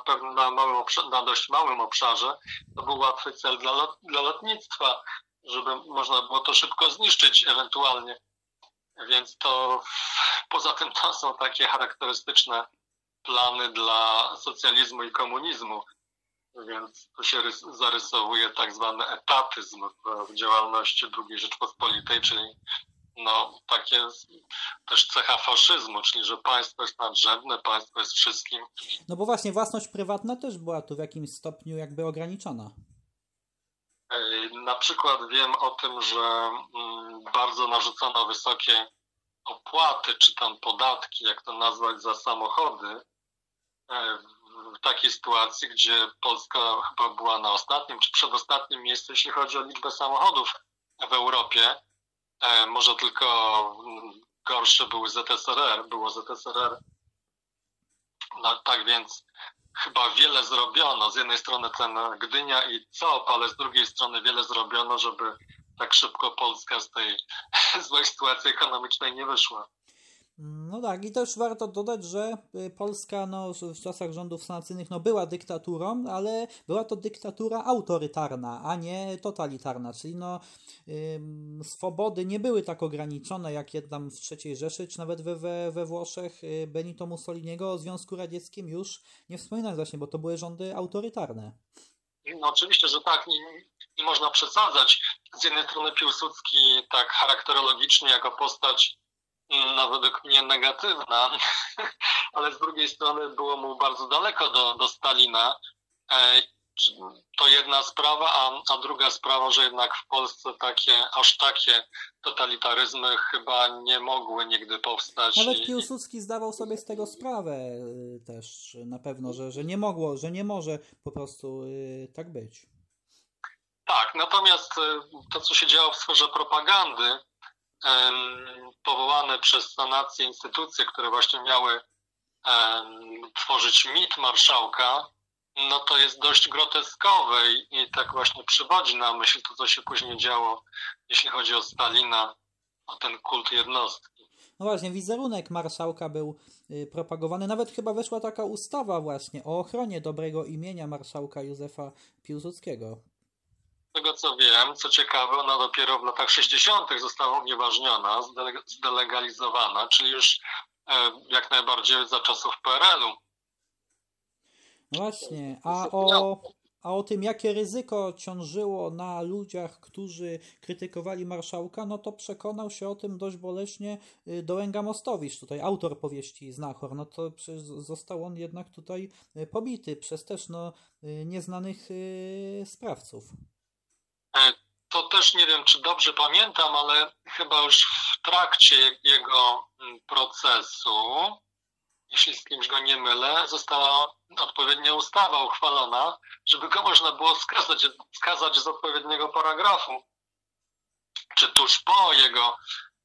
na dość małym obszarze, to był łatwy cel dla lotnictwa, żeby można było to szybko zniszczyć ewentualnie. Więc to poza tym to są takie charakterystyczne plany dla socjalizmu i komunizmu, Więc tu się zarysowuje tak zwany etatyzm w działalności II Rzeczpospolitej, czyli takie też cecha faszyzmu, czyli że państwo jest nadrzędne, państwo jest wszystkim. No bo właśnie własność prywatna też była tu w jakimś stopniu jakby ograniczona. Na przykład wiem o tym, że bardzo narzucono wysokie opłaty, czy tam podatki, jak to nazwać, za samochody, w takiej sytuacji, gdzie Polska chyba była na ostatnim czy przedostatnim miejscu, jeśli chodzi o liczbę samochodów w Europie. Może tylko gorsze było ZSRR. No, tak więc chyba wiele zrobiono. Z jednej strony ten Gdynia i COP, ale z drugiej strony wiele zrobiono, żeby tak szybko Polska z tej złej sytuacji ekonomicznej nie wyszła. No tak, i też warto dodać, że Polska w czasach rządów sanacyjnych była dyktaturą, ale była to dyktatura autorytarna, a nie totalitarna, czyli swobody nie były tak ograniczone jak tam w III Rzeszy, czy nawet we Włoszech Benito Mussoliniego, o Związku Radzieckim już nie wspominać właśnie, bo to były rządy autorytarne. No oczywiście, że tak, nie można przesadzać. Z jednej strony Piłsudski tak charakterologicznie jako postać według mnie negatywna, ale z drugiej strony było mu bardzo daleko do Stalina. To jedna sprawa, a druga sprawa, że jednak w Polsce aż takie totalitaryzmy chyba nie mogły nigdy powstać. Nawet Piłsudski zdawał sobie z tego sprawę też na pewno, że nie może po prostu tak być. Tak, natomiast to, co się działo w sferze propagandy, powołane przez sanację instytucje, które właśnie miały tworzyć mit marszałka, to jest dość groteskowe i tak właśnie przywodzi na myśl to, co się później działo, jeśli chodzi o Stalina, o ten kult jednostki. No właśnie, wizerunek marszałka był propagowany. Nawet chyba weszła taka ustawa właśnie o ochronie dobrego imienia marszałka Józefa Piłsudskiego. Z tego co wiem, co ciekawe, ona dopiero w latach 60. została unieważniona, zdelegalizowana, czyli już jak najbardziej za czasów PRL-u. No właśnie, a o tym, jakie ryzyko ciążyło na ludziach, którzy krytykowali marszałka, to przekonał się o tym dość boleśnie Dołęga Mostowicz, tutaj autor powieści Znachor. To przecież został on jednak tutaj pobity przez też nieznanych sprawców. To też nie wiem, czy dobrze pamiętam, ale chyba już w trakcie jego procesu, jeśli z kimś go nie mylę, została odpowiednia ustawa uchwalona, żeby go można było skazać z odpowiedniego paragrafu. Czy tuż po jego,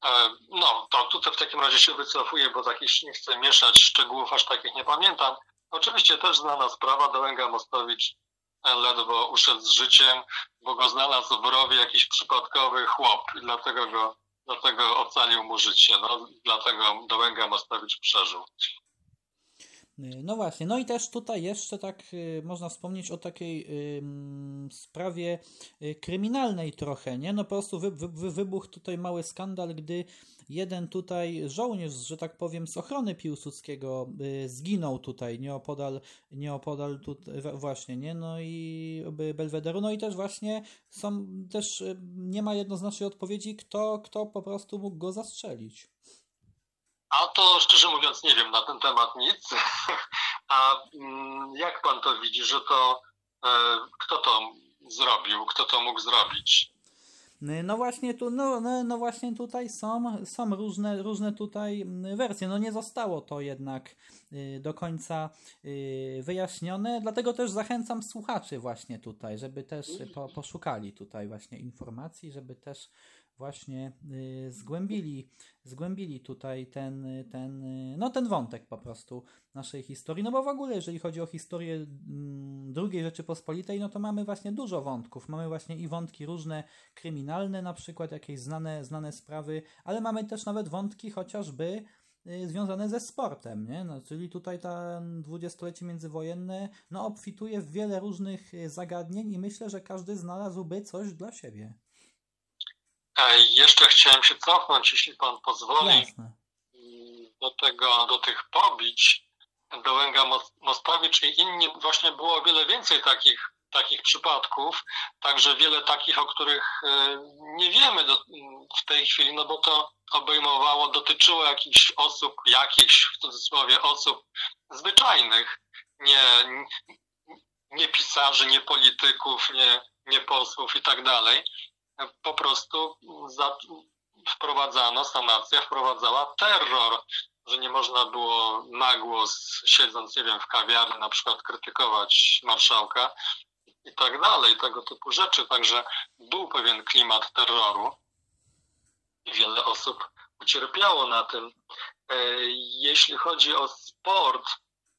to tutaj w takim razie się wycofuję, bo nie chcę mieszać szczegółów, aż takich nie pamiętam. Oczywiście też znana sprawa, Dołęga Mostowicz ledwo uszedł z życiem, bo go znalazł w rowie jakiś przypadkowy chłop i dlatego ocalił mu życie. Dlatego Dołęga Mostowicz przeżył. No właśnie, i też tutaj jeszcze tak można wspomnieć o takiej sprawie kryminalnej trochę, nie? Po prostu wybuchł tutaj mały skandal, gdy jeden tutaj żołnierz, że tak powiem, z ochrony Piłsudskiego zginął tutaj nieopodal tutaj właśnie, nie? I Belwederu, i też właśnie nie ma jednoznacznej odpowiedzi, kto po prostu mógł go zastrzelić. A to szczerze mówiąc nie wiem na ten temat nic. A jak pan to widzi, że kto to zrobił, kto to mógł zrobić? Właśnie tutaj są różne tutaj wersje. Nie zostało to jednak do końca wyjaśnione, dlatego też zachęcam słuchaczy właśnie tutaj, żeby też poszukali tutaj właśnie informacji, żeby też właśnie zgłębili tutaj ten wątek po prostu naszej historii, bo w ogóle jeżeli chodzi o historię II Rzeczypospolitej, to mamy właśnie dużo wątków, mamy właśnie i wątki różne kryminalne, na przykład jakieś znane sprawy, ale mamy też nawet wątki chociażby związane ze sportem, nie? Czyli tutaj ta dwudziestolecie międzywojenne obfituje w wiele różnych zagadnień i myślę, że każdy znalazłby coś dla siebie. Jeszcze chciałem się cofnąć, jeśli pan pozwoli, Jasne. do tych pobić. Dołęga-Mostowicz i inni, właśnie było o wiele więcej takich przypadków, także wiele takich, o których nie wiemy w tej chwili, no bo to dotyczyło jakichś osób, w cudzysłowie osób zwyczajnych, nie pisarzy, nie polityków, nie posłów i tak dalej. Po prostu sanacja wprowadzała terror, że nie można było na głos, siedząc, nie wiem, w kawiarni na przykład krytykować marszałka i tak dalej, tego typu rzeczy. Także był pewien klimat terroru i wiele osób ucierpiało na tym. Jeśli chodzi o sport,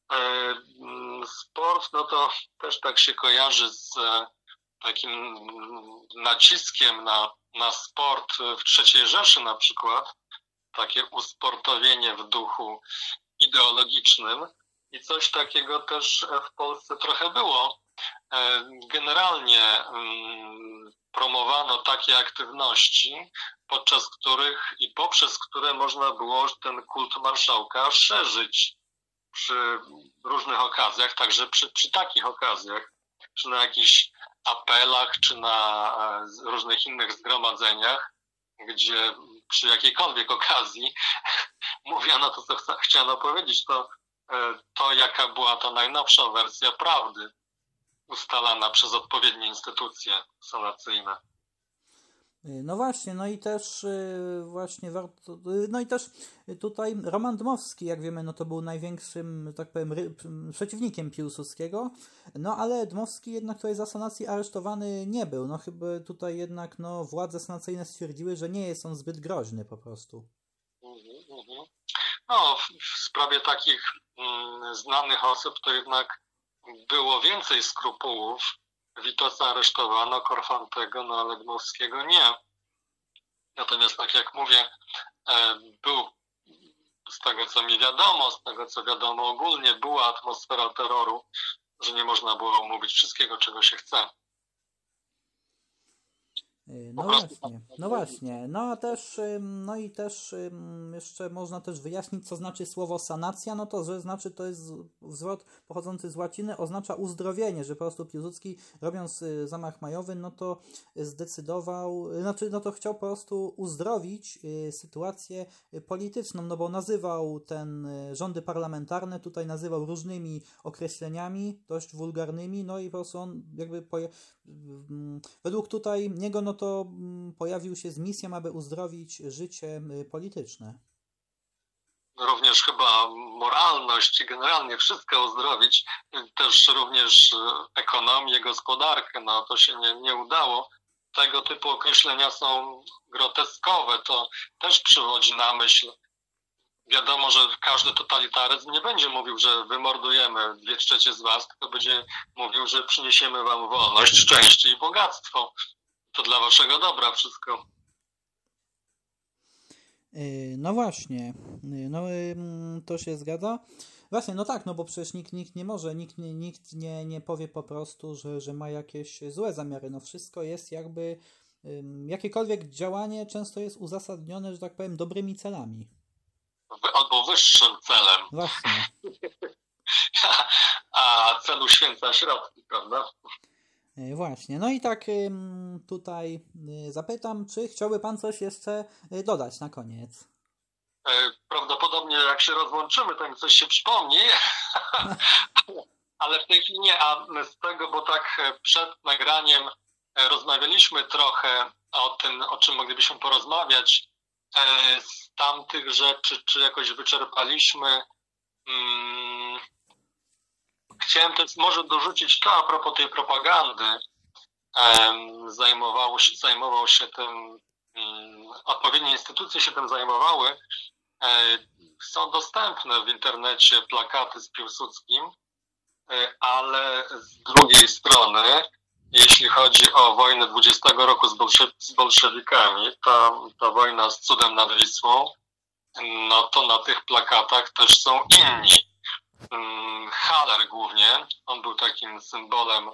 no to też tak się kojarzy z takim naciskiem na sport w III Rzeszy na przykład, takie usportowienie w duchu ideologicznym i coś takiego też w Polsce trochę było. Generalnie promowano takie aktywności, podczas których i poprzez które można było ten kult marszałka szerzyć przy różnych okazjach, także przy takich okazjach, czy na jakichś apelach, czy na różnych innych zgromadzeniach, gdzie przy jakiejkolwiek okazji mówiono to, co chciano powiedzieć, to jaka była ta najnowsza wersja prawdy ustalana przez odpowiednie instytucje sanacyjne. No właśnie, no i też właśnie warto, no i też tutaj Roman Dmowski, jak wiemy, no to był największym, tak powiem, przeciwnikiem Piłsudskiego, no ale Dmowski jednak tutaj za sanacji aresztowany nie był, no chyba tutaj jednak no władze sanacyjne stwierdziły, że nie jest on zbyt groźny po prostu. No w sprawie takich znanych osób to jednak było więcej skrupułów. Witosa aresztowano, Korfantego, no ale Dmowskiego nie. Natomiast tak jak mówię, był, z tego co mi wiadomo, z tego co wiadomo ogólnie, była atmosfera terroru, że nie można było mówić wszystkiego, czego się chce. No właśnie, no a też, no i też jeszcze można też wyjaśnić, co znaczy słowo sanacja, no to, że znaczy to jest zwrot pochodzący z łaciny, oznacza uzdrowienie, że po prostu Piłsudski robiąc zamach majowy, no to zdecydował, no to chciał po prostu uzdrowić sytuację polityczną, no bo nazywał rządy parlamentarne, tutaj nazywał różnymi określeniami, dość wulgarnymi, no i po prostu on jakby według tutaj niego, no to pojawił się z misją, aby uzdrowić życie polityczne. Również chyba moralność i generalnie wszystko uzdrowić, też również ekonomię, gospodarkę, no to się nie udało. Tego typu określenia są groteskowe, to też przywodzi na myśl. Wiadomo, że każdy totalitaryzm nie będzie mówił, że wymordujemy 2/3 z was, tylko będzie mówił, że przyniesiemy wam wolność, szczęście i bogactwo. To dla waszego dobra wszystko. No właśnie, no to się zgadza. Właśnie, no tak, no bo przecież nikt nie może, nikt nie powie po prostu, że ma jakieś złe zamiary. No wszystko jest jakby, jakiekolwiek działanie często jest uzasadnione, że tak powiem, dobrymi celami. Albo wyższym celem. Właśnie. A cel uświęca środki, prawda? Właśnie, no i tak tutaj zapytam, czy chciałby pan coś jeszcze dodać na koniec? Prawdopodobnie jak się rozłączymy, to mi coś się przypomni, ale w tej chwili nie, a z tego, bo tak przed nagraniem rozmawialiśmy trochę o tym, o czym moglibyśmy porozmawiać, z tamtych rzeczy, czy jakoś wyczerpaliśmy. Chciałem też może dorzucić to a propos tej propagandy. Zajmował się tym, odpowiednie instytucje się tym zajmowały. Są dostępne w internecie plakaty z Piłsudskim, ale z drugiej strony, jeśli chodzi o wojnę 20 roku z bolszewikami, ta wojna z cudem nad Wisłą, no to na tych plakatach też są inni. Haller głównie, on był takim symbolem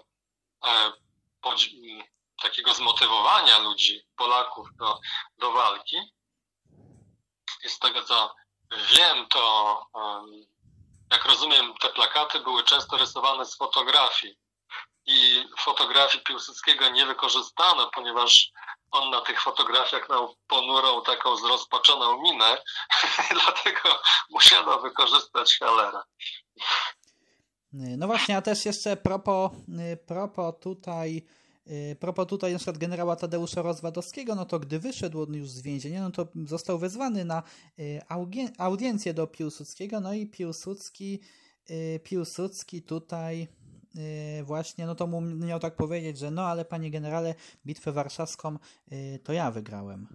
takiego zmotywowania ludzi, Polaków do walki. I z tego co wiem, to jak rozumiem, te plakaty były często rysowane z fotografii. I fotografii Piłsudskiego nie wykorzystano, ponieważ on na tych fotografiach miał ponurą, taką zrozpaczoną minę, dlatego musiano wykorzystać Hallera. No właśnie, a też jeszcze propos tutaj na przykład generała Tadeusza Rozwadowskiego, no to gdy wyszedł on już z więzienia, no to został wezwany na audiencję do Piłsudskiego, no i Piłsudski tutaj właśnie, no to mu miał tak powiedzieć, że no ale panie generale, bitwę warszawską to ja wygrałem.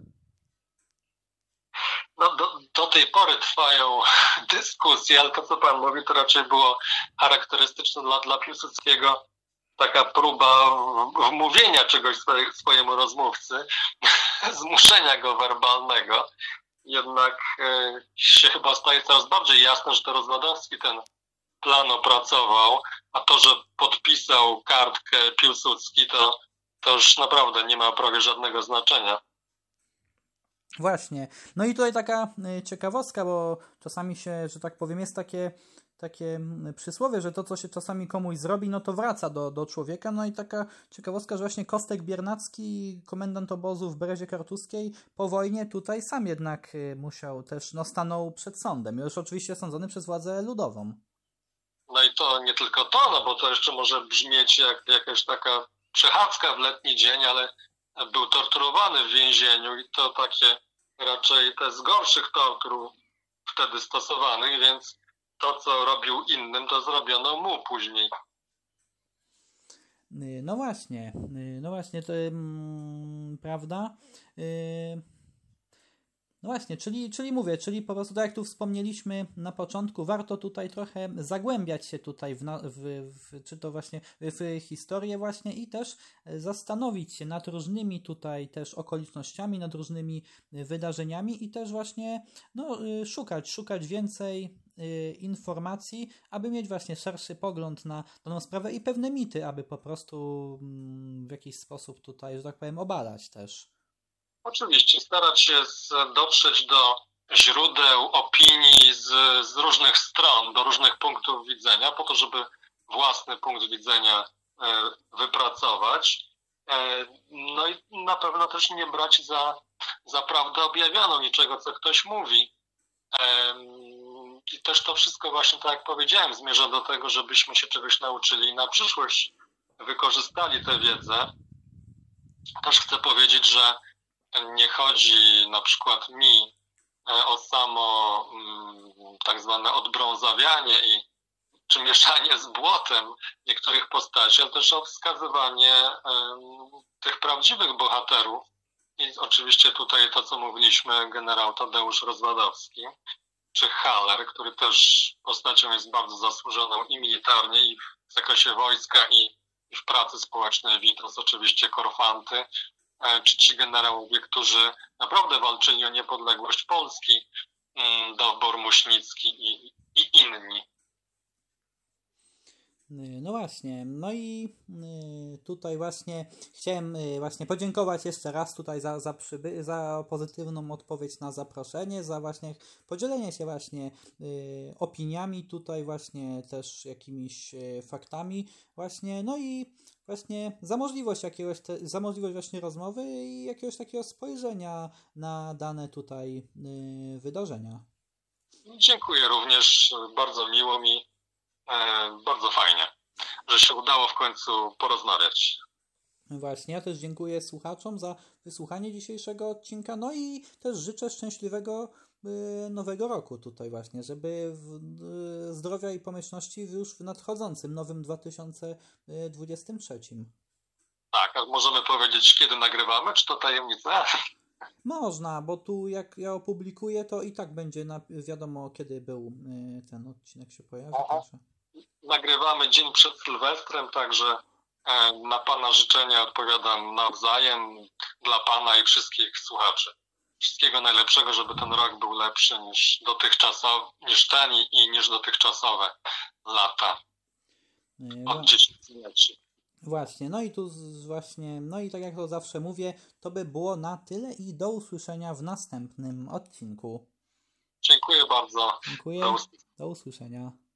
No do tej pory trwają dyskusje, ale to, co pan mówi, to raczej było charakterystyczne dla Piłsudskiego, taka próba wmówienia czegoś swojemu rozmówcy, zmuszenia go werbalnego. Jednak się chyba staje coraz bardziej jasne, że to Rozwadowski ten plan opracował, a to, że podpisał kartkę Piłsudski, to już naprawdę nie ma prawie żadnego znaczenia. Właśnie. No i tutaj taka ciekawostka, bo czasami się, że tak powiem, jest takie przysłowie, że to, co się czasami komuś zrobi, no to wraca do człowieka. No i taka ciekawostka, że właśnie Kostek Biernacki, komendant obozu w Berezie Kartuskiej, po wojnie tutaj sam jednak musiał też, no stanął przed sądem. Już oczywiście sądzony przez władzę ludową. No i to nie tylko to, no bo to jeszcze może brzmieć jak jakaś taka przechadzka w letni dzień, ale był torturowany w więzieniu i to takie raczej te z gorszych tortur wtedy stosowanych, więc to, co robił innym, to zrobiono mu później. No właśnie, to prawda? No właśnie, czyli mówię, czyli po prostu tak jak tu wspomnieliśmy na początku, warto tutaj trochę zagłębiać się tutaj czy to właśnie w historię właśnie i też zastanowić się nad różnymi tutaj też okolicznościami, nad różnymi wydarzeniami i też właśnie no, szukać więcej informacji, aby mieć właśnie szerszy pogląd na daną sprawę i pewne mity, aby po prostu w jakiś sposób tutaj, że tak powiem, obalać też. Oczywiście, starać się dotrzeć do źródeł opinii z różnych stron, do różnych punktów widzenia, po to, żeby własny punkt widzenia wypracować. No i na pewno też nie brać za prawdę objawioną niczego, co ktoś mówi. I też to wszystko właśnie, tak jak powiedziałem, zmierza do tego, żebyśmy się czegoś nauczyli i na przyszłość wykorzystali tę wiedzę. Też chcę powiedzieć, że nie chodzi na przykład mi o samo tak zwane odbrązawianie czy mieszanie z błotem niektórych postaci, ale też o wskazywanie tych prawdziwych bohaterów. I oczywiście tutaj to, co mówiliśmy, generał Tadeusz Rozwadowski, czy Haller, który też postacią jest bardzo zasłużoną i militarnie, i w zakresie wojska, i w pracy społecznej. Witos, oczywiście Korfanty, czy ci generałowie, którzy naprawdę walczyli o niepodległość Polski, Dowbor Muśnicki i inni. No właśnie, no i tutaj właśnie chciałem właśnie podziękować jeszcze raz tutaj za pozytywną odpowiedź na zaproszenie, za właśnie podzielenie się właśnie opiniami tutaj właśnie też jakimiś faktami właśnie, no i właśnie za możliwość właśnie rozmowy i jakiegoś takiego spojrzenia na dane tutaj wydarzenia. Dziękuję również, bardzo miło mi. Bardzo fajnie, że się udało w końcu porozmawiać. Właśnie, ja też dziękuję słuchaczom za wysłuchanie dzisiejszego odcinka, no i też życzę szczęśliwego nowego roku tutaj właśnie, żeby zdrowia i pomyślności już w nadchodzącym, nowym 2023. Tak, a możemy powiedzieć, kiedy nagrywamy, czy to tajemnica? Można, bo tu jak ja opublikuję, to i tak będzie wiadomo, kiedy był ten odcinek się pojawi. Nagrywamy dzień przed Sylwestrem, także na Pana życzenia odpowiadam nawzajem dla Pana i wszystkich słuchaczy. Wszystkiego najlepszego, żeby ten rok był lepszy niż ten i niż dotychczasowe lata. Od 10 lat. Właśnie, no i tu właśnie, no i tak jak to zawsze mówię, to by było na tyle i do usłyszenia w następnym odcinku. Dziękuję bardzo. Dziękuję, do usłyszenia.